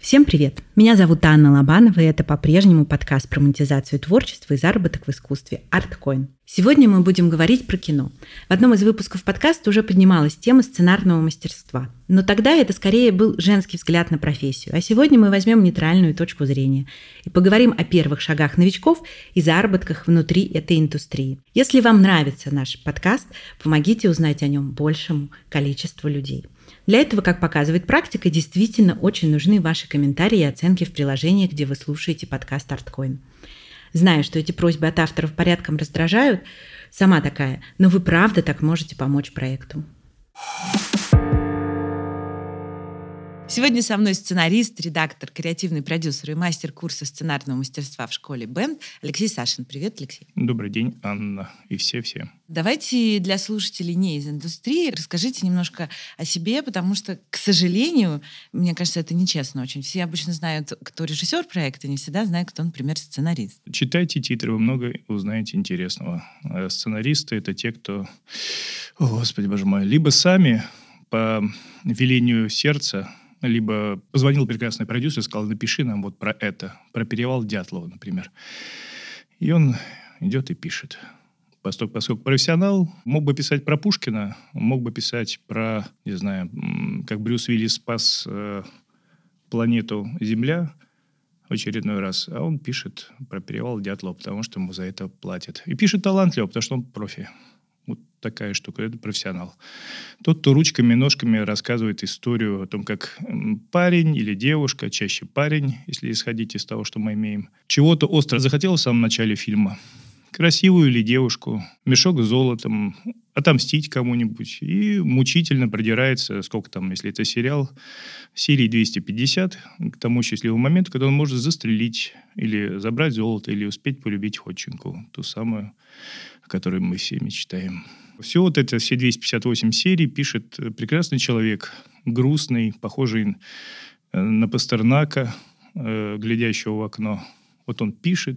Всем привет! Меня зовут Анна Лобанова, и это по-прежнему подкаст про монетизацию творчества и заработок в искусстве ArtCoin. Сегодня мы будем говорить про кино. В одном из выпусков подкаста уже поднималась тема сценарного мастерства. Но тогда это скорее был женский взгляд на профессию. А сегодня мы возьмем нейтральную точку зрения и поговорим о первых шагах новичков и заработках внутри этой индустрии. Если вам нравится наш подкаст, помогите узнать о нем большему количеству людей. Для этого, как показывает практика, действительно очень нужны ваши комментарии и оценки в приложениях, где вы слушаете подкаст ArtCoin. Знаю, что эти просьбы от авторов порядком раздражают, сама такая, но вы правда так можете помочь проекту. Сегодня со мной сценарист, редактор, креативный продюсер и мастер курса сценарного мастерства в школе Бенд Алексей Сашин. Привет, Алексей. Добрый день, Анна, и все. Давайте для слушателей не из индустрии расскажите немножко о себе, потому что, к сожалению, мне кажется, это нечестно очень. Все обычно знают, кто режиссер проекта, не всегда знают, кто, например, сценарист. Читайте титры, вы много узнаете интересного. Сценаристы — это те, кто, Господи, боже мой, либо сами по велению сердца, либо позвонил прекрасный продюсер и сказал: напиши нам вот про это, про перевал Дятлова, например. И он идет и пишет. Поскольку профессионал, мог бы писать про Пушкина, мог бы писать про, не знаю, как Брюс Уиллис спас планету Земля в очередной раз, а он пишет про перевал Дятлова, потому что ему за это платят. И пишет талантливо, потому что он профи. Вот такая штука, это профессионал. Тот, кто ручками, ножками рассказывает историю о том, как парень или девушка, чаще парень, если исходить из того, что мы имеем, чего-то остро захотел в самом начале фильма. Красивую или девушку, мешок с золотом, отомстить кому-нибудь. И мучительно продирается, сколько там, если это сериал, серии 250, к тому счастливому моменту, когда он может застрелить или забрать золото, или успеть полюбить ходченку, ту самую, о которой мы все мечтаем. Все вот это, все 258 серий пишет прекрасный человек, грустный, похожий на Пастернака, глядящего в окно. Вот он пишет,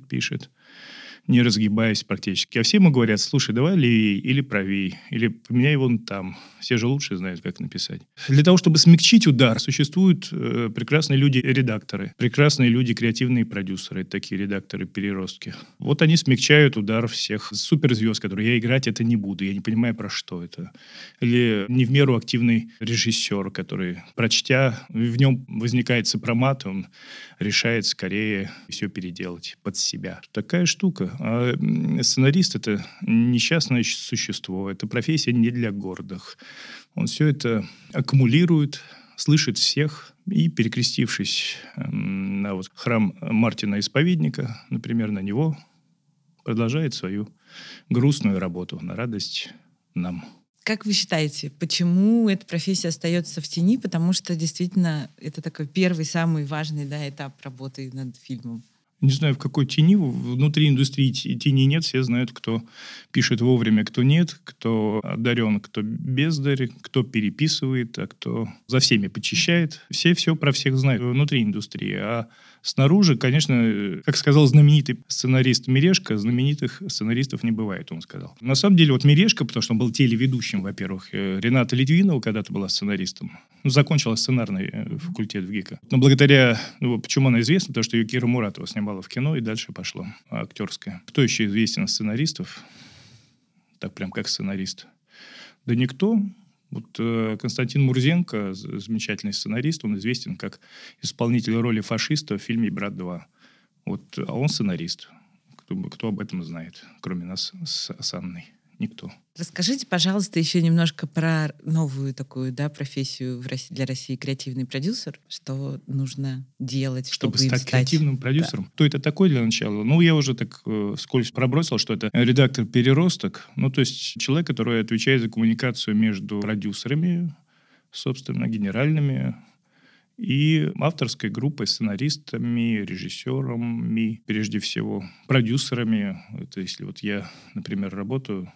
не разгибаясь практически. А все ему говорят: слушай, давай левее или правее, или поменяй вон там. Все же лучше знают, как написать. Для того, чтобы смягчить удар, существуют прекрасные люди-редакторы, прекрасные люди, креативные продюсеры, такие редакторы-переростки. Вот они смягчают удар всех суперзвезд, которые я играть это не буду, я не понимаю, про что это. Или не в меру активный режиссер, который, прочтя, в нем возникает сопромат, он решает скорее все переделать под себя. Такая штука. А сценарист — это несчастное существо, это профессия не для гордых. Он все это аккумулирует, слышит всех и, перекрестившись на вот храм Мартина Исповедника, например, на него, продолжает свою грустную работу на радость нам. Как вы считаете, почему эта профессия остается в тени? Потому что действительно это такой первый, самый важный этап работы над фильмом. Не знаю, в какой тени. Внутри индустрии тени нет. Все знают, кто пишет вовремя, кто нет, кто одарен, кто бездарь, кто переписывает, а кто за всеми почищает. Все про всех знают внутри индустрии. А снаружи, конечно, как сказал знаменитый сценарист Мережко, знаменитых сценаристов не бывает, он сказал. На самом деле, вот Мережко, потому что он был телеведущим, во-первых. Рената Литвинова когда-то была сценаристом. Закончила сценарный факультет в ГИКа. Но благодаря... почему она известна? Потому что ее Кира Муратова снимала в кино, и дальше пошло актерское. Кто еще известен из сценаристов? Так прям как сценарист. Да никто. Вот Константин Мурзенко, замечательный сценарист, он известен как исполнитель роли фашиста в фильме «Брат 2». Вот, а он сценарист. Кто об этом знает, кроме нас с Анной? Никто. Расскажите, пожалуйста, еще немножко про новую такую профессию для России — креативный продюсер. Что нужно делать, чтобы стать креативным продюсером? Да. Кто это такой для начала? Я уже так вскользь пробросил, что это редактор-переросток. То есть человек, который отвечает за коммуникацию между продюсерами, собственно, генеральными, и авторской группой, сценаристами, режиссерами, прежде всего, продюсерами. Это если я, например, работаю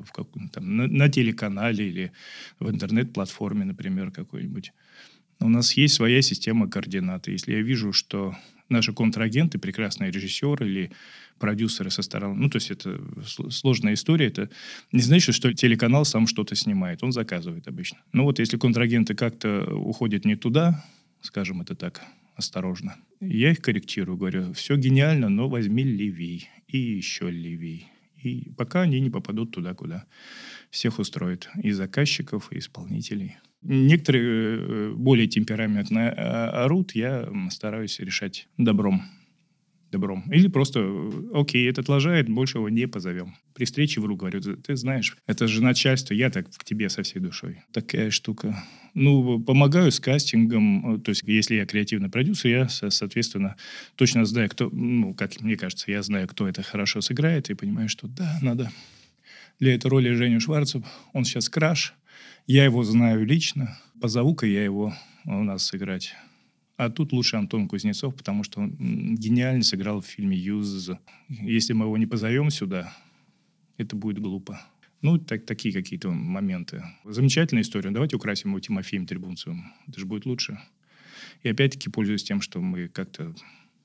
на телеканале или в интернет-платформе, например, какой-нибудь. У нас есть своя система координат. Если я вижу, что наши контрагенты, прекрасные режиссеры или продюсеры со стороны... то есть это сложная история. Это не значит, что телеканал сам что-то снимает. Он заказывает обычно. Если контрагенты как-то уходят не туда, скажем это так, осторожно. Я их корректирую, говорю, все гениально, но возьми левей и еще левей. И пока они не попадут туда, куда всех устроит. И заказчиков, и исполнителей. Некоторые более темпераментно орут, я стараюсь решать добром. Или просто, окей, этот лажает, больше его не позовем. При встрече вру, говорю, ты знаешь, это же начальство, я так к тебе со всей душой. Такая штука. Помогаю с кастингом, то есть, если я креативный продюсер, я, соответственно, точно знаю, кто, как мне кажется, я знаю, кто это хорошо сыграет, и понимаю, что да, надо для этой роли Женю Шварцу, он сейчас краш, я его знаю лично, позову-ка я его у нас сыграть. А тут лучше Антон Кузнецов, потому что он гениально сыграл в фильме «Юз». Если мы его не позовем сюда, это будет глупо. Такие какие-то моменты. Замечательная история. Давайте украсим его Тимофеем Трибунцевым. Это же будет лучше. И опять-таки, пользуясь тем, что мы как-то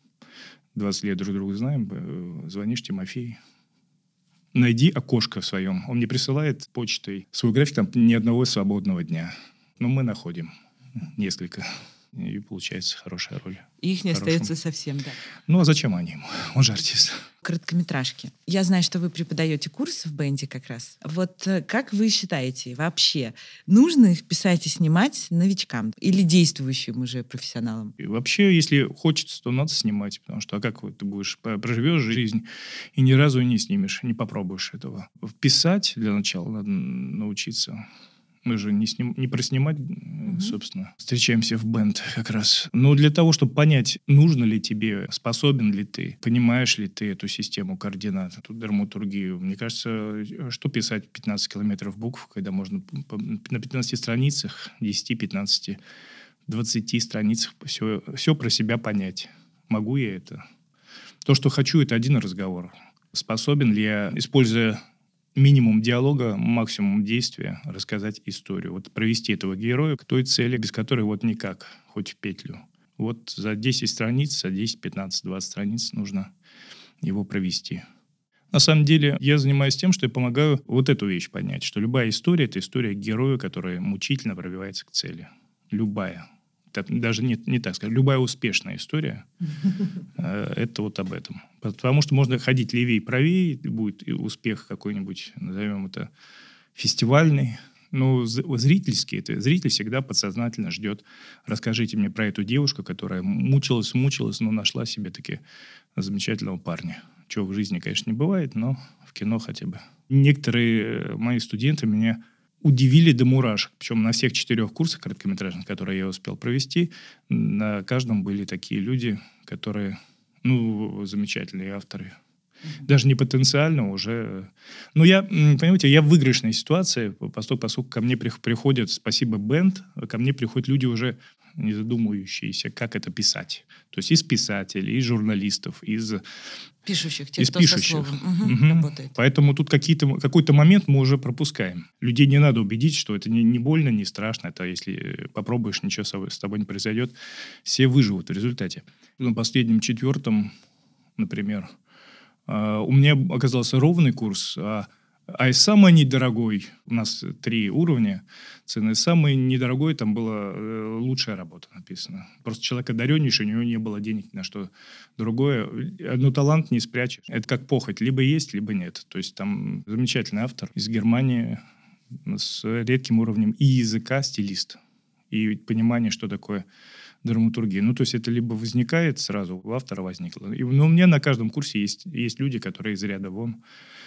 20 лет друг друга знаем, звонишь Тимофей. Найди окошко в своем. Он мне присылает почтой свой график, там ни одного свободного дня. Но мы находим несколько. И получается хорошая роль. И их не остается совсем, да. А зачем они ему? Он же артист. Короткометражки. Я знаю, что вы преподаете курсы в Бенде как раз. Вот как вы считаете, вообще нужно их писать и снимать новичкам или действующим уже профессионалам? И вообще, если хочется, то надо снимать, потому что как ты будешь, проживешь жизнь и ни разу не снимешь, не попробуешь этого. Писать для начала надо научиться. Мы же не проснимать, собственно, встречаемся в бенд как раз. Но для того, чтобы понять, нужно ли тебе, способен ли ты, понимаешь ли ты эту систему координат, эту драматургию. Мне кажется, что писать 15 километров букв, когда можно на 15 страницах, 10, 15, 20 страницах все про себя понять. Могу я это? То, что хочу, это один разговор. Способен ли я, используя минимум диалога, максимум действия, рассказать историю. Провести этого героя к той цели, без которой никак, хоть в петлю. За 10 страниц, за 10, 15, 20 страниц нужно его провести. На самом деле, я занимаюсь тем, что я помогаю эту вещь понять, что любая история – это история героя, который мучительно пробивается к цели. Любая. Даже не так сказать. Любая успешная история – это об этом. Потому что можно ходить левее и правее, будет успех какой-нибудь, назовем это, фестивальный. Но зрительский, зритель всегда подсознательно ждет. Расскажите мне про эту девушку, которая мучилась, но нашла себе таки замечательного парня. Чего в жизни, конечно, не бывает, но в кино хотя бы. Некоторые мои студенты меня удивили до мурашек. Причем на всех 4 курсах короткометражных, которые я успел провести, на каждом были такие люди, которые, замечательные авторы. Даже не потенциально уже. Понимаете, я в выигрышной ситуации, поскольку ко мне приходят, спасибо бенд, ко мне приходят люди уже не задумывающиеся, как это писать. То есть из писателей, из журналистов, из пишущих, тех, кто пишущих. Со словом работает. Поэтому тут какой-то момент мы уже пропускаем. Людей не надо убедить, что это не больно, не страшно. Это если попробуешь, ничего с тобой не произойдет. Все выживут в результате. На последнем 4, например, у меня оказался ровный курс, а самый недорогой, у нас 3 уровня цены, самый недорогой, там была лучшая работа написана. Просто человек одареннейший, у него не было денег на что другое. Талант не спрячешь. Это как похоть, либо есть, либо нет. То есть там замечательный автор из Германии с редким уровнем и языка, стилист, и понимание, что такое драматургия. То есть это либо возникает сразу, у автора возникло. У меня на каждом курсе есть люди, которые из ряда вон.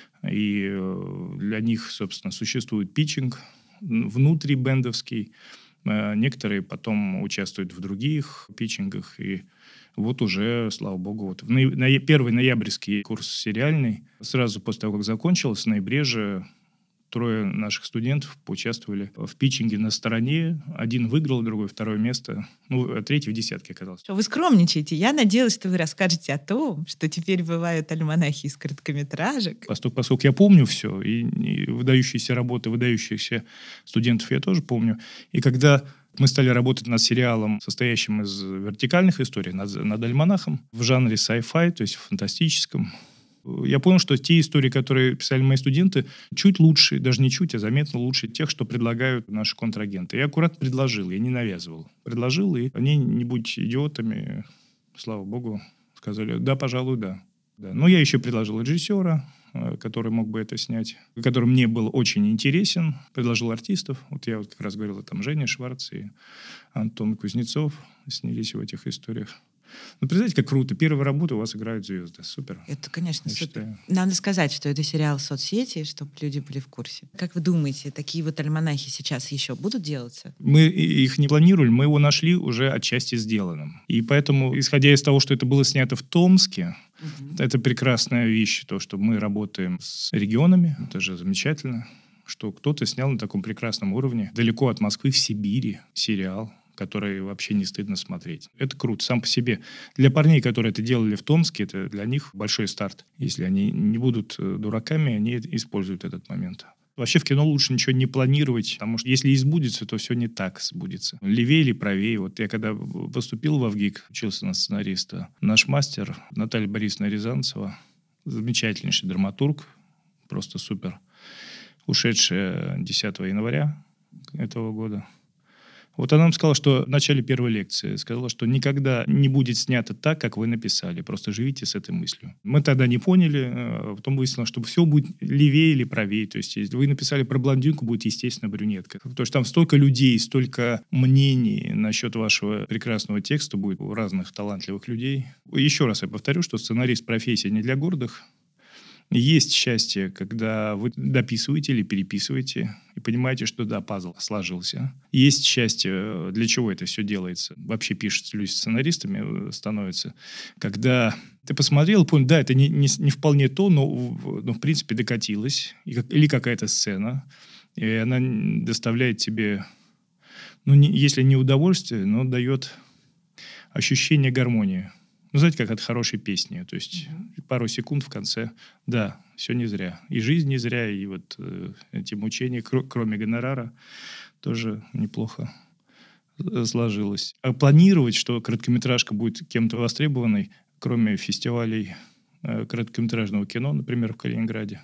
И для них, собственно, существует питчинг внутрибендовский. Некоторые потом участвуют в других питчингах. И уже, слава богу, первый ноябрьский курс сериальный. Сразу после того, как закончился, в ноябре же 3 наших студентов поучаствовали в питчинге на стороне. Один выиграл, другой 2 место. А 3 в десятке оказался. Вы скромничаете. Я надеялась, что вы расскажете о том, что теперь бывают альманахи из короткометражек. Поскольку я помню все, и выдающиеся работы, выдающихся студентов я тоже помню. И когда мы стали работать над сериалом, состоящим из вертикальных историй, над альманахом, в жанре sci-fi, то есть в фантастическом, Я понял, что те истории, которые писали мои студенты, чуть лучше, даже не чуть, а заметно лучше тех, что предлагают наши контрагенты. Я аккуратно предложил, я не навязывал. Предложил, и они, не будь идиотами, слава богу, сказали, да, пожалуй, да. Но я еще предложил режиссера, который мог бы это снять, который мне был очень интересен. Предложил артистов. Вот я как раз говорил, там Женя Шварц и Антон Кузнецов снялись в этих историях. Ну, представляете, как круто. Первая работа, у вас играют звезды. Супер. Это, конечно, я супер. Считаю. Надо сказать, что это сериал соцсети, чтобы люди были в курсе. Как вы думаете, такие вот альманахи сейчас еще будут делаться? Мы их не планировали, мы его нашли уже отчасти сделанным. И поэтому, исходя из того, что это было снято в Томске, это прекрасная вещь, то, что мы работаем с регионами. Это же замечательно, что кто-то снял на таком прекрасном уровне, далеко от Москвы, в Сибири, сериал, который вообще не стыдно смотреть. Это круто сам по себе. Для парней, которые это делали в Томске, это для них большой старт. Если они не будут дураками, они используют этот момент. Вообще в кино лучше ничего не планировать, потому что если и сбудется, то все не так сбудется. Левее или правее. Вот я когда поступил в ВГИК, учился на сценариста, наш мастер Наталья Борисовна Рязанцева, замечательнейший драматург, просто супер, ушедшая 10 января этого года. Вот она нам сказала, что в начале первой лекции сказала, что никогда не будет снято так, как вы написали. Просто живите с этой мыслью. Мы тогда не поняли, а потом выяснилось, что все будет левее или правее. То есть, если вы написали про блондинку, будет, естественно, брюнетка. Потому что там столько людей, столько мнений насчет вашего прекрасного текста будет у разных талантливых людей. Еще раз я повторю, что сценарист профессия не для гордых. Есть счастье, когда вы дописываете или переписываете и понимаете, что да, пазл сложился. Есть счастье, для чего это все делается. Вообще пишут люди сценаристами, становятся. Когда ты посмотрел, понял, да, это не вполне то, но в принципе докатилось. Или какая-то сцена. И она доставляет тебе, если не удовольствие, но дает ощущение гармонии. Знаете, как от хорошей песни. То есть пару секунд в конце. Да, все не зря. И жизнь не зря, и вот эти мучения, кроме гонорара, тоже неплохо сложилось. А планировать, что короткометражка будет кем-то востребованной, кроме фестивалей короткометражного кино, например, в Калининграде,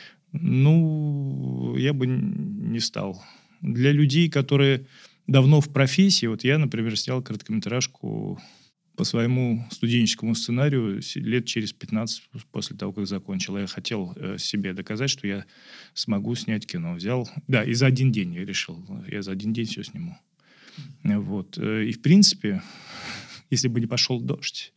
я бы не стал. Для людей, которые давно в профессии, вот я, например, снял короткометражку по своему студенческому сценарию лет через 15 после того, как закончил. Я хотел себе доказать, что я смогу снять кино. Взял, да, и за один день я решил. Я за один день все сниму. Вот. И, в принципе, если бы не пошел дождь.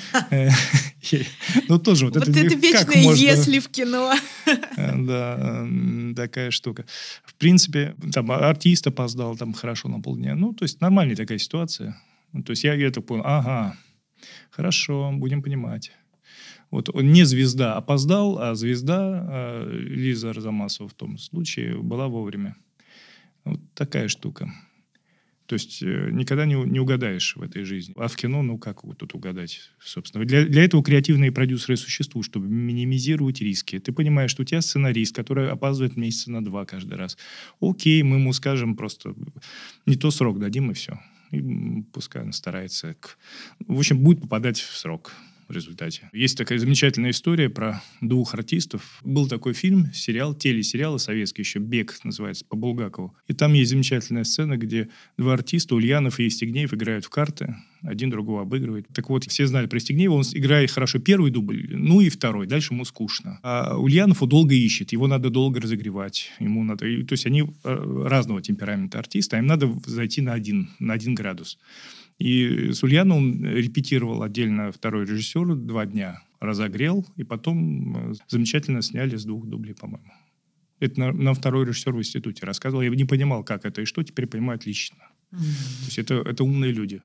Тоже вот это вечное «если» в кино. Да, такая штука. В принципе, там артист опоздал там хорошо на полдня. То есть нормальная такая ситуация. То есть я так понял, хорошо, будем понимать. Вот он не звезда опоздал, а звезда Лиза Арзамасова в том случае была вовремя. Вот такая штука. То есть никогда не угадаешь в этой жизни. А в кино, как тут угадать, собственно. Для этого креативные продюсеры существуют, чтобы минимизировать риски. Ты понимаешь, что у тебя сценарист, который опаздывает месяца на 2 каждый раз. Окей, мы ему скажем просто не то срок дадим, и все. И пускай он старается. В общем, будет попадать в срок в результате. Есть такая замечательная история про 2 артистов. Был такой фильм, телесериал советский еще, «Бег» называется, по Булгакову. И там есть замечательная сцена, где 2 артиста, Ульянов и Евстигнеев, играют в карты. Один другого обыгрывает. Так вот, все знали про Евстигнеева. Он играет хорошо первый дубль, и второй. Дальше ему скучно. А Ульянов долго ищет. Его надо долго разогревать. То есть они разного темперамента артисты. А им надо зайти на 1 градус. И с Ульяновым репетировал отдельно второй режиссер 2 дня. Разогрел. И потом замечательно сняли с 2 дублей, по-моему. Это нам второй режиссер в институте рассказывал. Я не понимал, как это и что. Теперь понимаю отлично. То есть это умные люди.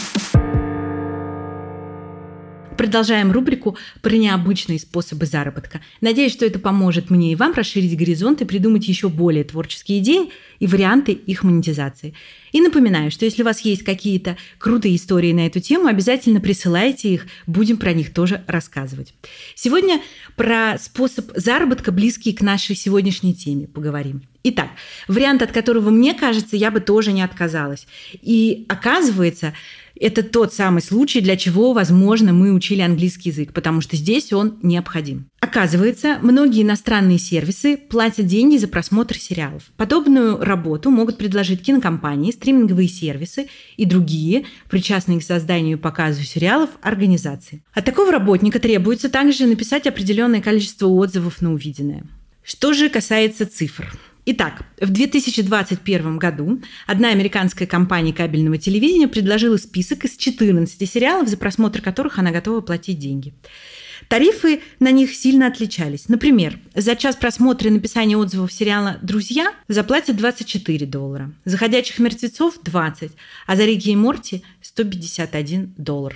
Продолжаем рубрику про необычные способы заработка. Надеюсь, что это поможет мне и вам расширить горизонт и придумать еще более творческие идеи и варианты их монетизации. И напоминаю, что если у вас есть какие-то крутые истории на эту тему, обязательно присылайте их, будем про них тоже рассказывать. Сегодня про способ заработка, близкий к нашей сегодняшней теме, поговорим. Итак, вариант, от которого, мне кажется, я бы тоже не отказалась. И оказывается, Это тот самый случай, для чего, возможно, мы учили английский язык, потому что здесь он необходим. Оказывается, многие иностранные сервисы платят деньги за просмотр сериалов. Подобную работу могут предложить кинокомпании, стриминговые сервисы и другие, причастные к созданию и показу сериалов, организации. От такого работника требуется также написать определенное количество отзывов на увиденное. Что же касается цифр. Итак, в 2021 году одна американская компания кабельного телевидения предложила список из 14 сериалов, за просмотр которых она готова платить деньги. Тарифы на них сильно отличались. Например, за час просмотра и написания отзывов сериала «Друзья» заплатят $24, за «Ходячих мертвецов» – 20, а за «Рика и Морти» – $151.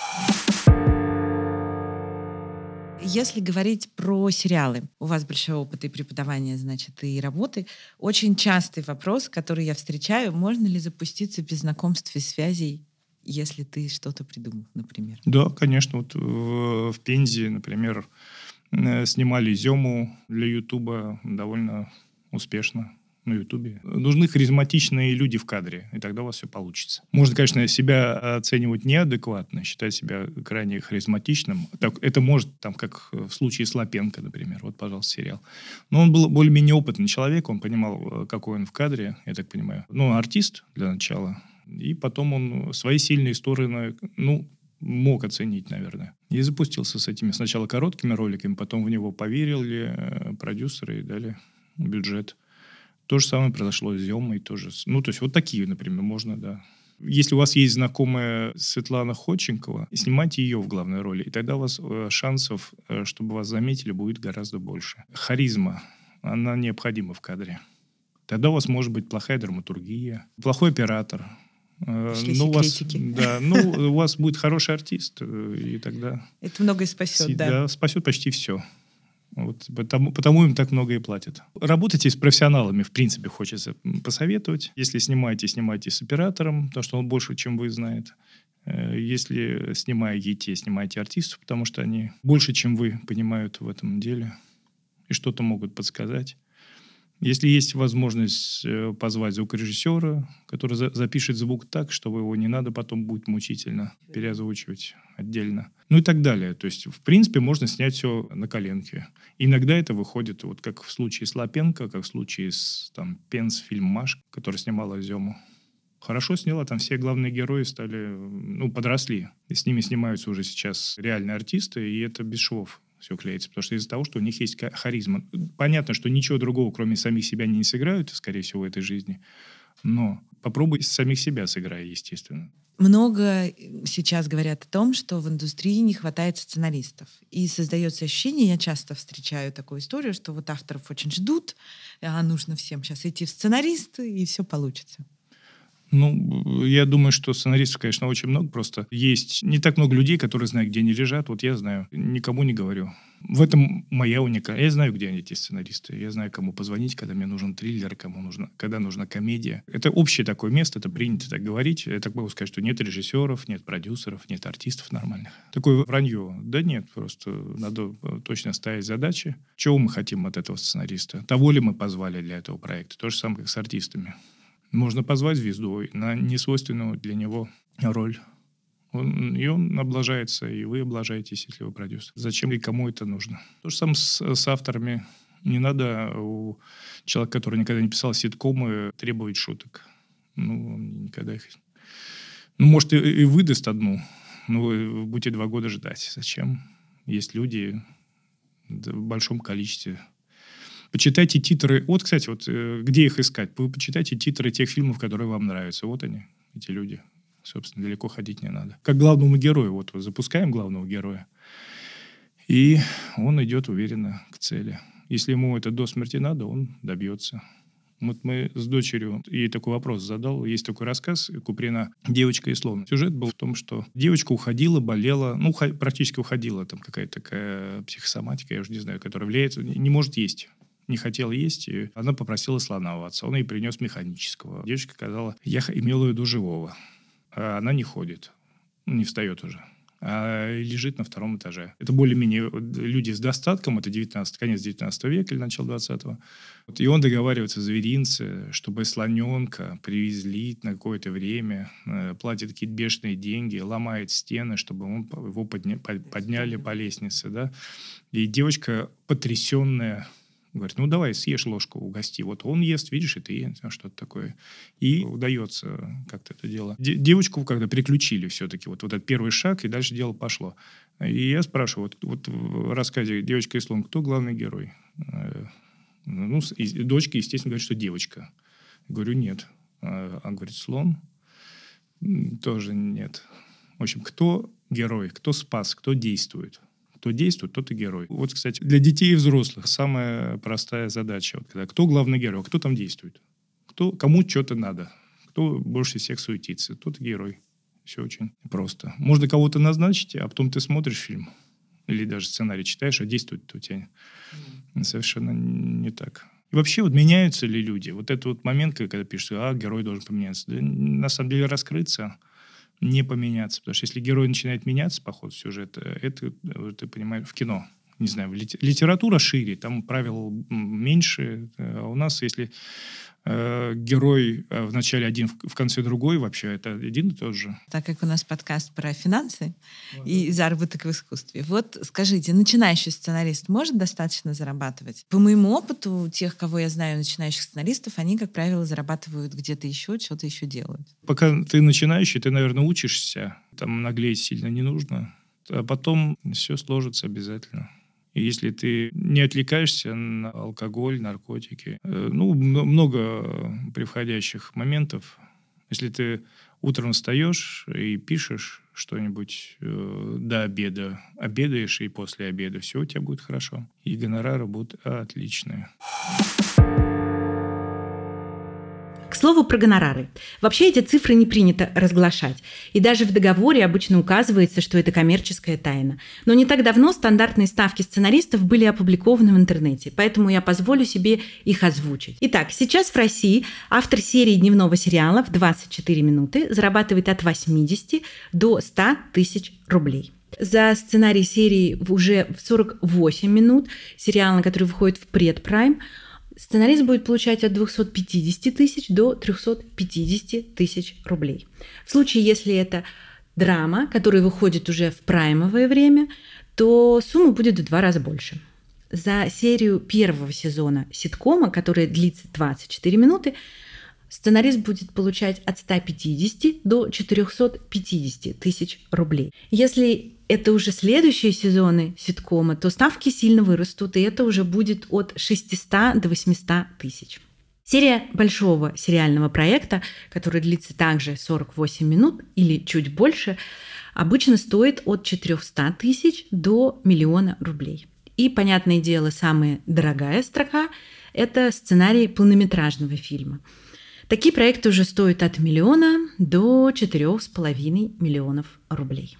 Если говорить про сериалы, у вас большой опыт и преподавания, значит, и работы. Очень частый вопрос, который я встречаю: можно ли запуститься без знакомств и связей, если ты что-то придумал, например? Да, конечно. Вот в Пензе, например, снимали Зему для Ютуба довольно успешно. На Ютубе. Нужны харизматичные люди в кадре, и тогда у вас все получится. Можно, конечно, себя оценивать неадекватно, считать себя крайне харизматичным. Так, это может, как в случае с Лапенко, например. Вот, пожалуйста, сериал. Но он был более-менее опытный человек, он понимал, какой он в кадре, я так понимаю. Артист для начала. И потом он свои сильные стороны, мог оценить, наверное. И запустился с этими сначала короткими роликами, потом в него поверили продюсеры и дали бюджет. То же самое произошло с Зёмой тоже. То есть вот такие, например, можно, да. Если у вас есть знакомая Светлана Ходченкова, снимайте ее в главной роли, и тогда у вас шансов, чтобы вас заметили, будет гораздо больше. Харизма, она необходима в кадре. Тогда у вас может быть плохая драматургия, плохой оператор. У вас будет хороший артист, и тогда... Это многое спасет, да. Да, спасет почти все. Вот потому им так много и платят. Работайте с профессионалами, в принципе, хочется посоветовать. Если снимаете с оператором, потому что он больше, чем вы, знает. Если снимайте артистов, потому что они больше, чем вы, понимают в этом деле и что-то могут подсказать. Если есть возможность позвать звукорежиссера, который запишет звук так, чтобы его не надо потом будет мучительно переозвучивать отдельно. И так далее. То есть, в принципе, можно снять все на коленке. Иногда это выходит, вот как в случае с Лапенко, как в случае с Пенз, фильм «Маш», который снимала Зему. Хорошо сняла, там все главные герои подросли. И с ними снимаются уже сейчас реальные артисты, и это без швов все клеится, потому что из-за того, что у них есть харизма. Понятно, что ничего другого, кроме самих себя, не сыграют, скорее всего, в этой жизни. Но попробуй самих себя сыграй, естественно. Много сейчас говорят о том, что в индустрии не хватает сценаристов. И создается ощущение, я часто встречаю такую историю, что вот авторов очень ждут, а нужно всем сейчас идти в сценаристы, и все получится. Я думаю, что сценаристов, конечно, очень много. Просто есть не так много людей, которые знают, где они лежат. Вот я знаю, никому не говорю. В этом моя уникальность. Я знаю, где они, эти сценаристы. Я знаю, кому позвонить, когда мне нужен триллер, когда нужна комедия. Это общее такое место, это принято так говорить. Я так могу сказать, что нет режиссеров, нет продюсеров, нет артистов нормальных. Такое вранье. Да нет, просто надо точно ставить задачи. Чего мы хотим от этого сценариста? Того ли мы позвали для этого проекта? То же самое, как с артистами. Можно позвать звезду на несвойственную для него роль. Он облажается, и вы облажаетесь, если вы продюсер. Зачем и кому это нужно? То же самое с авторами. Не надо у человека, который никогда не писал ситкомы, требовать шуток. Он никогда их... может, и выдаст одну, но вы будете 2 года ждать. Зачем? Есть люди в большом количестве. Почитайте титры. Вот, кстати, где их искать? Вы почитайте титры тех фильмов, которые вам нравятся. Вот они, эти люди. Собственно, далеко ходить не надо. Как главному герою. Запускаем главного героя. И он идет уверенно к цели. Если ему это до смерти надо, он добьется. Вот мы с дочерью ей такой вопрос задал. Есть такой рассказ Куприна «Девочка и слон». Сюжет был в том, что девочка уходила, болела. Практически уходила. Там какая-то такая психосоматика, я уже не знаю, которая влияет. Не может есть. Не хотела есть, и она попросила слона у отца. Он ей принес механического. Девочка сказала, я имела в виду живого. А она не ходит, не встает уже. а лежит на втором этаже. Это более-менее люди с достатком, это конец 19 века или начало 20-го. И он договаривается в зверинце, чтобы слоненка привезли на какое-то время, платит какие-то бешеные деньги, ломает стены, чтобы его подняли по лестнице. Да? И девочка потрясенная говорит, ну, давай, съешь ложку, угости. Вот он ест, видишь, и ты что-то такое. И удается как-то это дело. Девочку, когда переключили все-таки, вот этот первый шаг, и дальше дело пошло. И я спрашиваю, вот в рассказе «Девочка и слон» кто главный герой? Ну, дочка, естественно, говорит, что девочка. Я говорю, нет. Он говорит, слон? Тоже нет. В общем, кто герой, кто спас, кто действует? Кто действует, тот и герой. Вот, кстати, для детей и взрослых самая простая задача. Вот, когда кто главный герой, кто там действует? Кому что-то надо? Кто больше всех суетится? Тот и герой. Все очень просто. Можно кого-то назначить, а потом ты смотришь фильм или даже сценарий читаешь, а действует-то у тебя совершенно не так. И вообще, вот меняются ли люди? Вот этот вот момент, когда пишешь, герой должен поменяться. Да, на самом деле раскрыться, не поменяться. Потому что если герой начинает меняться по ходу сюжета, это ты понимаешь, в кино. Не знаю, литература шире, там правил меньше. А у нас, если герой в начале один, в конце другой, вообще это один и тот же. Так как у нас подкаст про финансы и заработок в искусстве. Вот скажите, начинающий сценарист может достаточно зарабатывать? По моему опыту, тех, кого я знаю, начинающих сценаристов, они, как правило, зарабатывают где-то еще, что-то еще делают. Пока ты начинающий, ты, наверное, учишься. Там наглеть сильно не нужно. А потом все сложится обязательно. И если ты не отвлекаешься на алкоголь, наркотики, много приходящих моментов. Если ты утром встаешь и пишешь что-нибудь до обеда, обедаешь и после обеда, все у тебя будет хорошо. И гонорары будут отличные. К слову про гонорары. Вообще эти цифры не принято разглашать. И даже в договоре обычно указывается, что это коммерческая тайна. Но не так давно стандартные ставки сценаристов были опубликованы в интернете, поэтому я позволю себе их озвучить. Итак, сейчас в России автор серии дневного сериала в 24 минуты зарабатывает от 80 до 100 тысяч рублей. За сценарий серии уже в 48 минут, сериал, на который выходит в предпрайм, сценарист будет получать от 250 тысяч до 350 тысяч рублей. В случае, если это драма, которая выходит уже в праймовое время, то сумма будет в 2 раза больше. За серию первого сезона ситкома, которая длится 24 минуты, сценарист будет получать от 150 до 450 тысяч рублей. Если это уже следующие сезоны ситкома, то ставки сильно вырастут, и это уже будет от 600 до 800 тысяч. Серия большого сериального проекта, который длится также 48 минут или чуть больше, обычно стоит от 400 тысяч до 1 000 000 рублей. И, понятное дело, самая дорогая строка – это сценарий полнометражного фильма. Такие проекты уже стоят от 1 миллиона до 4,5 миллионов рублей.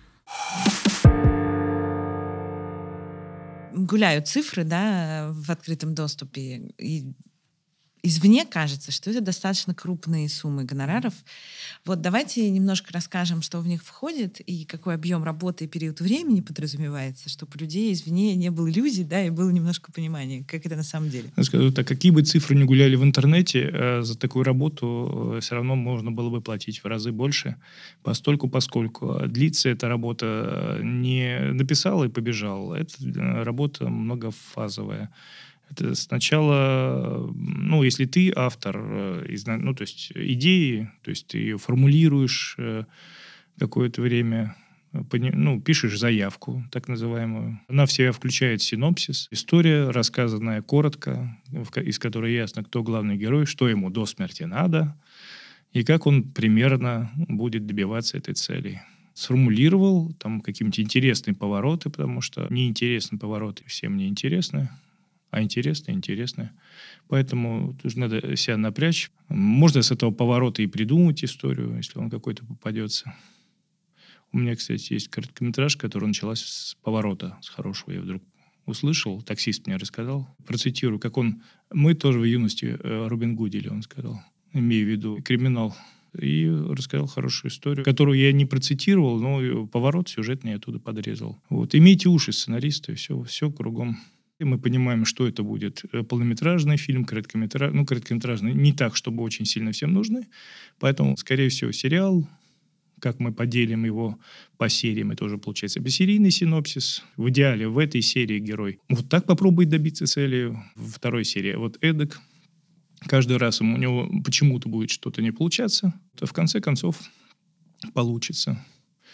Гуляют цифры, да, в открытом доступе, и извне кажется, что это достаточно крупные суммы гонораров. Вот давайте немножко расскажем, что в них входит и какой объем работы и период времени подразумевается, чтобы у людей извне не было иллюзий, да, и было немножко понимания, как это на самом деле. Я скажу так, какие бы цифры ни гуляли в интернете, за такую работу все равно можно было бы платить в разы больше, поскольку длится эта работа не написал и побежал, это работа многофазовая. Это сначала, если ты автор, то есть идеи, то есть ты ее формулируешь какое-то время, пишешь заявку, так называемую. Она в себя включает синопсис, история, рассказанная коротко, из которой ясно, кто главный герой, что ему до смерти надо, и как он примерно будет добиваться этой цели. Сформулировал там какие-нибудь интересные повороты, потому что неинтересные повороты всем не интересны. А интересно. Поэтому тут надо себя напрячь. Можно с этого поворота и придумать историю, если он какой-то попадется. У меня, кстати, есть короткометражка, которая началась с поворота, с хорошего. Я вдруг услышал, таксист мне рассказал. Процитирую, как мы тоже в юности Робин Гудили, он сказал. Имею в виду криминал. и рассказал хорошую историю, которую я не процитировал, но поворот сюжетный я оттуда подрезал. Вот. Имейте уши, сценаристы, все кругом. И мы понимаем, что это будет полнометражный фильм, короткометражный. Ну, короткометражный не так, чтобы очень сильно всем нужны. Поэтому, скорее всего, сериал, как мы поделим его по сериям, это уже получается бессерийный синопсис. В идеале в этой серии герой вот так попробует добиться цели, во второй серии вот эдак. Каждый раз у него почему-то будет что-то не получаться, то в конце концов получится.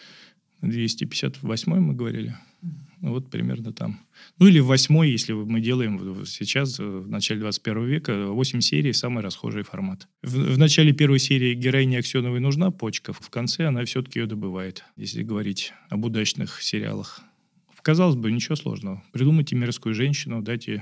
258 мы говорили. Вот примерно там. Ну или в 8-й, если мы делаем сейчас, в начале 21 века, 8 серий – самый расхожий формат. В начале первой серии героине Аксеновой нужна почка, в конце она все-таки ее добывает, если говорить об удачных сериалах. Казалось бы, ничего сложного. Придумайте мерзкую женщину, дайте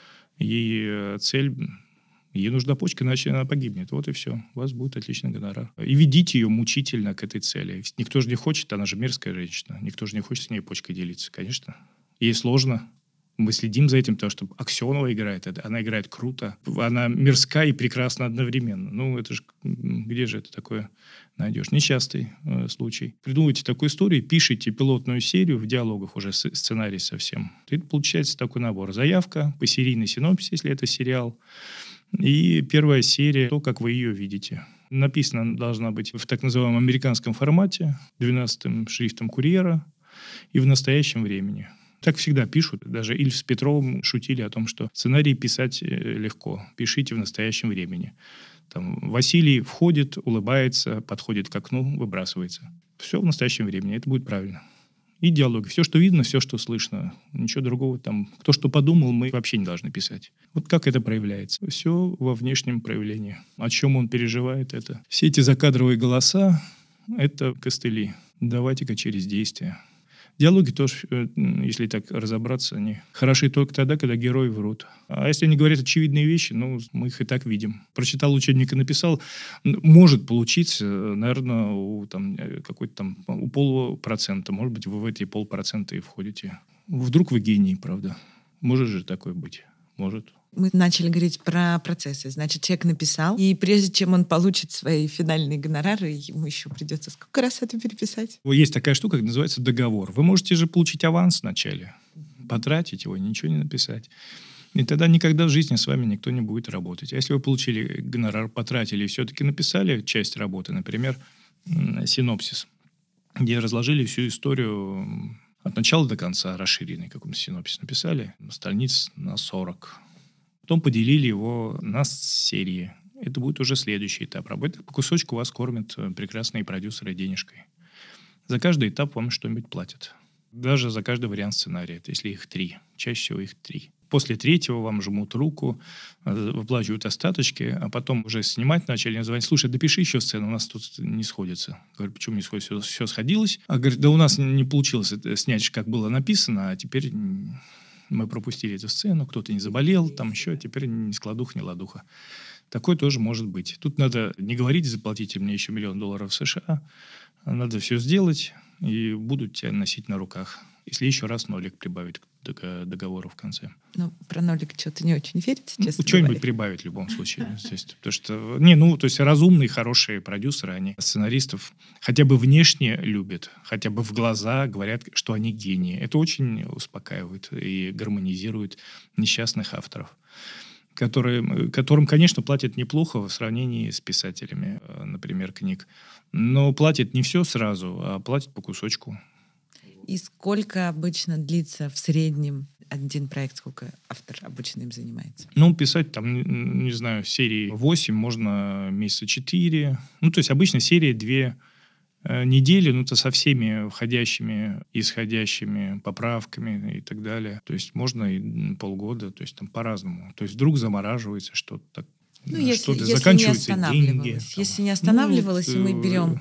ей цель. Ей нужна почка, иначе она погибнет. Вот и все. У вас будет отличный гонорар. И ведите ее мучительно к этой цели. Никто же не хочет, она же мерзкая женщина. Никто же не хочет с ней почкой делиться, конечно. Ей сложно. Мы следим за этим, потому что Аксенова играет. Она играет круто. Она мерзка и прекрасна одновременно. Ну, это же... Где же это такое найдешь? Нечастый случай. Придумывайте такую историю, пишите пилотную серию в диалогах уже сценарий совсем. И получается такой набор. Заявка, посерийный синопсис, если это сериал. И первая серия, то, как вы ее видите. Написана должна быть в так называемом американском формате, 12-м шрифтом курьера и в настоящем времени. Так всегда пишут. Даже Ильф с Петровым шутили о том, что сценарий писать легко. Пишите в настоящем времени. Там Василий входит, улыбается, подходит к окну, выбрасывается. Все в настоящем времени. Это будет правильно. И диалоги. Все, что видно, все, что слышно. Ничего другого там. Кто что подумал, мы вообще не должны писать. Вот как это проявляется? Все во внешнем проявлении. О чем он переживает это. Все эти закадровые голоса – это костыли. Давайте-ка через действие. Диалоги тоже, если так разобраться, они хороши только тогда, когда герои врут. А если они говорят очевидные вещи, ну, мы их и так видим. Прочитал учебник и написал. Может получиться, наверное, у полпроцента. Может быть, вы в эти 0,5% и входите. Вдруг вы гений, правда. Может же такое быть. Может. Мы начали говорить про процессы. Значит, человек написал, и прежде чем он получит свои финальные гонорары, ему еще придется сколько раз это переписать? Есть такая штука, как называется договор. Вы можете же получить аванс вначале, потратить его, ничего не написать. И тогда никогда в жизни с вами никто не будет работать. А если вы получили гонорар, потратили и все-таки написали часть работы, например, синопсис, где разложили всю историю от начала до конца, расширенный какой-то синопсис написали, страниц на 40. Потом поделили его на серии. Это будет уже следующий этап работы. По кусочку вас кормят прекрасные продюсеры денежкой. За каждый этап вам что-нибудь платят. Даже за каждый вариант сценария. Это если их 3. Чаще всего их 3. После 3-го вам жмут руку, выплачивают остаточки, а потом уже снимать начали, звонить: слушай, допиши еще сцену, у нас тут не сходится. Говорю, почему не сходится? Все сходилось. А говорит, да у нас не получилось снять, как было написано, а теперь мы пропустили эту сцену, кто-то не заболел, там еще, теперь ни складуха, ни ладуха. Такое тоже может быть. Тут надо не говорить: заплатите мне еще $1 миллион США. Надо все сделать, и будут тебя носить на руках. Если еще раз нолик прибавить к договору в конце. Ну, про нолик что-то не очень верится, честно говоря. Что-нибудь прибавить в любом случае. Потому что разумные, хорошие продюсеры, они сценаристов хотя бы внешне любят, хотя бы в глаза говорят, что они гении. Это очень успокаивает и гармонизирует несчастных авторов, которым, конечно, платят неплохо в сравнении с писателями, например, книг. Но платят не все сразу, а платят по кусочку. И сколько обычно длится в среднем один проект? Сколько автор обычно им занимается? Ну, писать там, не знаю, серии 8, можно месяца 4. Ну, то есть обычно серия 2 недели, ну, это со всеми входящими, исходящими поправками и так далее. То есть можно и полгода, то есть там по-разному. То есть вдруг замораживается что-то так. Ну, если заканчиваются не деньги. Если не останавливалось, и мы берем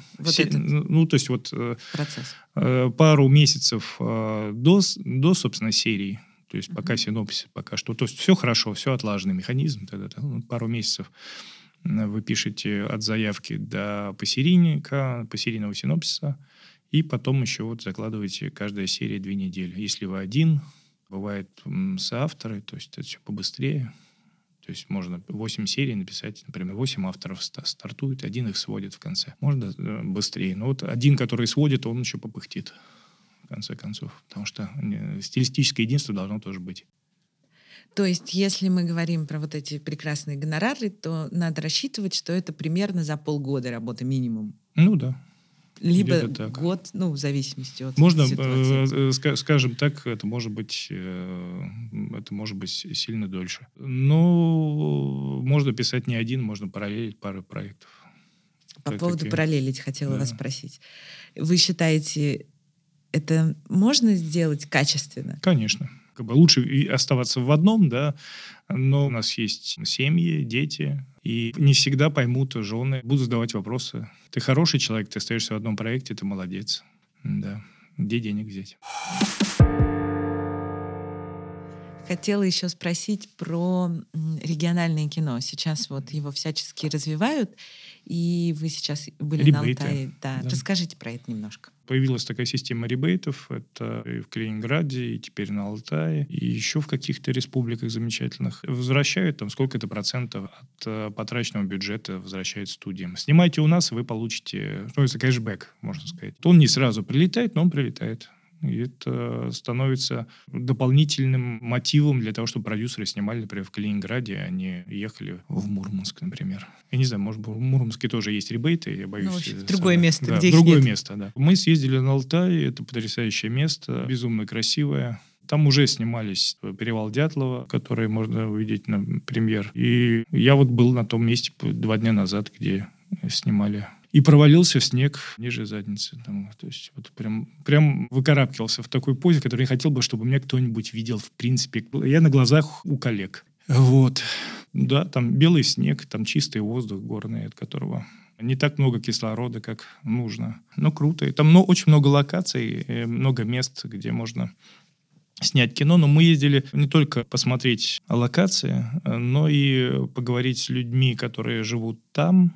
процесс. Пару месяцев до, собственно, серии, то есть пока синопсис, пока что. То есть все хорошо, все отлаженный механизм. Пару месяцев вы пишете от заявки до посерийного синопсиса, и потом еще вот закладываете каждая серия 2 недели. Если вы один, бывает соавторы, то есть это все побыстрее. То есть можно 8 серий написать, например, 8 авторов стартует, один их сводит в конце. Можно быстрее. Но вот один, который сводит, он еще попыхтит, в конце концов. Потому что стилистическое единство должно тоже быть. То есть, если мы говорим про вот эти прекрасные гонорары, то надо рассчитывать, что это примерно за полгода работы минимум. Ну да. Либо год, в зависимости от можно, ситуации. Скажем так, это может быть сильно дольше. Но можно писать не один, можно параллелить пару проектов. По поводу параллелить хотела вас спросить. Вы считаете, это можно сделать качественно? Конечно. Лучше оставаться в одном, да, но у нас есть семьи, дети, и не всегда поймут жены, будут задавать вопросы. Ты хороший человек, ты остаешься в одном проекте, ты молодец. Да. Где денег взять? Хотела еще спросить про региональное кино. Сейчас вот его всячески развивают, и вы сейчас были на Алтае. Да. Расскажите про это немножко. Появилась такая система ребейтов. Это и в Калининграде, и теперь на Алтае, и еще в каких-то республиках замечательных. Возвращают там сколько-то процентов от потраченного бюджета возвращают студиям. Снимайте у нас, и вы получите, это кэшбэк, можно сказать. Он не сразу прилетает, но он прилетает. И это становится дополнительным мотивом для того, чтобы продюсеры снимали, например, в Калининграде, а не ехали в Мурманск, например. Я не знаю, может быть, в Мурманске тоже есть ребейты, я боюсь. В другое место, да, где их нет. В другое нет. место, да. Мы съездили на Алтай, это потрясающее место, безумно красивое. Там уже снимались «Перевал Дятлова», который можно увидеть на премьер. И я вот был на том месте 2 дня назад, где снимали. И провалился в снег ниже задницы. То есть вот прям выкарабкивался в такой позе, который я хотел бы, чтобы меня кто-нибудь видел, в принципе. Я на глазах у коллег. Вот. Да, там белый снег, там чистый воздух горный, от которого не так много кислорода, как нужно. Но круто. И там очень много локаций, много мест, где можно снять кино. Но мы ездили не только посмотреть локации, но и поговорить с людьми, которые живут там,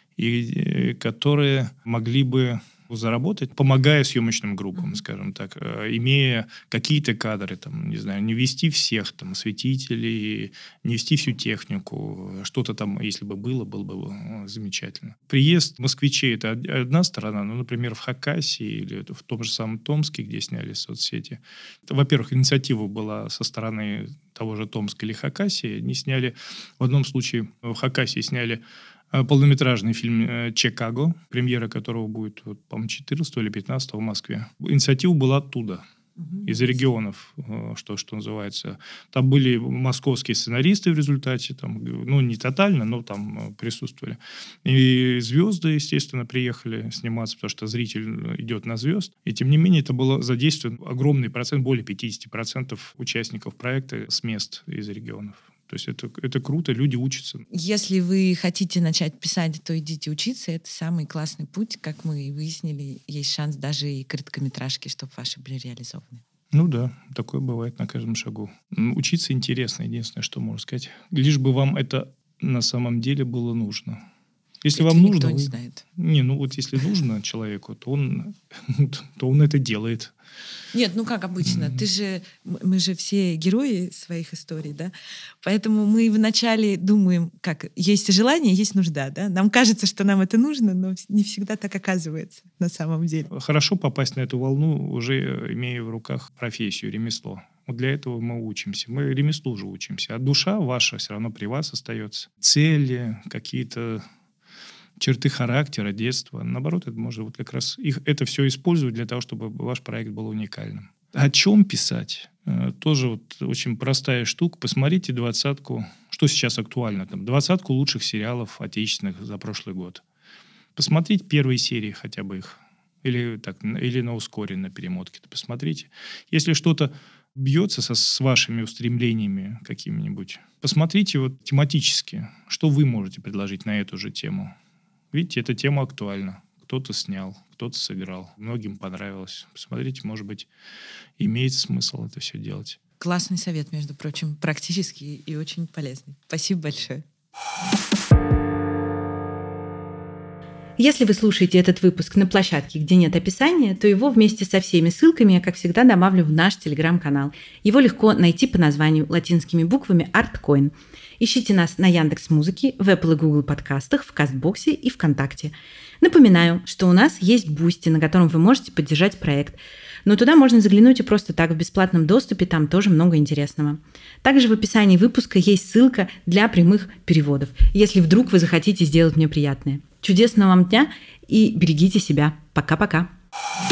и которые могли бы заработать, помогая съемочным группам, скажем так, имея какие-то кадры, там, не знаю, не вести всех там осветителей, не вести всю технику, что-то там, если бы было бы замечательно. Приезд москвичей – это одна сторона, но, например, в Хакасии или в том же самом Томске, где сняли соцсети. Во-первых, инициатива была со стороны того же Томска или Хакасии. Они сняли, в одном случае в Хакасии сняли полнометражный фильм «Чикаго», премьера которого будет, по-моему, 14 или 15 в Москве. Инициатива была оттуда, из регионов, что называется. Там были московские сценаристы в результате, там, не тотально, но там присутствовали. И звезды, естественно, приехали сниматься, потому что зритель идет на звезд. И тем не менее, это было задействован огромный процент, более 50% участников проекта с мест из регионов. То есть это круто, люди учатся. Если вы хотите начать писать, то идите учиться. Это самый классный путь. Как мы выяснили, есть шанс даже и короткометражки, чтобы ваши были реализованы. Ну да, такое бывает на каждом шагу. Учиться интересно, единственное, что можно сказать. Лишь бы вам это на самом деле было нужно. Если это вам нужно... Никто не знает. Если нужно человеку, то он это делает. Нет, как обычно. Мы же все герои своих историй, да? Поэтому мы вначале думаем, как есть желание, есть нужда, да? Нам кажется, что нам это нужно, но не всегда так оказывается на самом деле. Хорошо попасть на эту волну, уже имея в руках профессию, ремесло. Вот для этого мы учимся. Мы ремеслу уже учимся. А душа ваша все равно при вас остается. Цели, какие-то черты характера, детства. Наоборот, это можно как раз это все использовать для того, чтобы ваш проект был уникальным. О чем писать? Тоже очень простая штука. Посмотрите 20-ку, что сейчас актуально. 20-ку лучших сериалов отечественных за прошлый год. Посмотрите первые серии хотя бы их. Или на ускоренной перемотке. Посмотрите. Если что-то бьется с вашими устремлениями какими-нибудь, посмотрите тематически, что вы можете предложить на эту же тему. Видите, эта тема актуальна. Кто-то снял, кто-то сыграл. Многим понравилось. Посмотрите, может быть, имеет смысл это все делать. Классный совет, между прочим, практический и очень полезный. Спасибо большое. Если вы слушаете этот выпуск на площадке, где нет описания, то его вместе со всеми ссылками я, как всегда, добавлю в наш телеграм-канал. Его легко найти по названию латинскими буквами ArtCoin. Ищите нас на Яндекс.Музыке, в Apple и Google подкастах, в Кастбоксе и ВКонтакте. Напоминаю, что у нас есть Boosty, на котором вы можете поддержать проект. Но туда можно заглянуть и просто так в бесплатном доступе, там тоже много интересного. Также в описании выпуска есть ссылка для прямых переводов, если вдруг вы захотите сделать мне приятное. Чудесного вам дня и берегите себя. Пока-пока.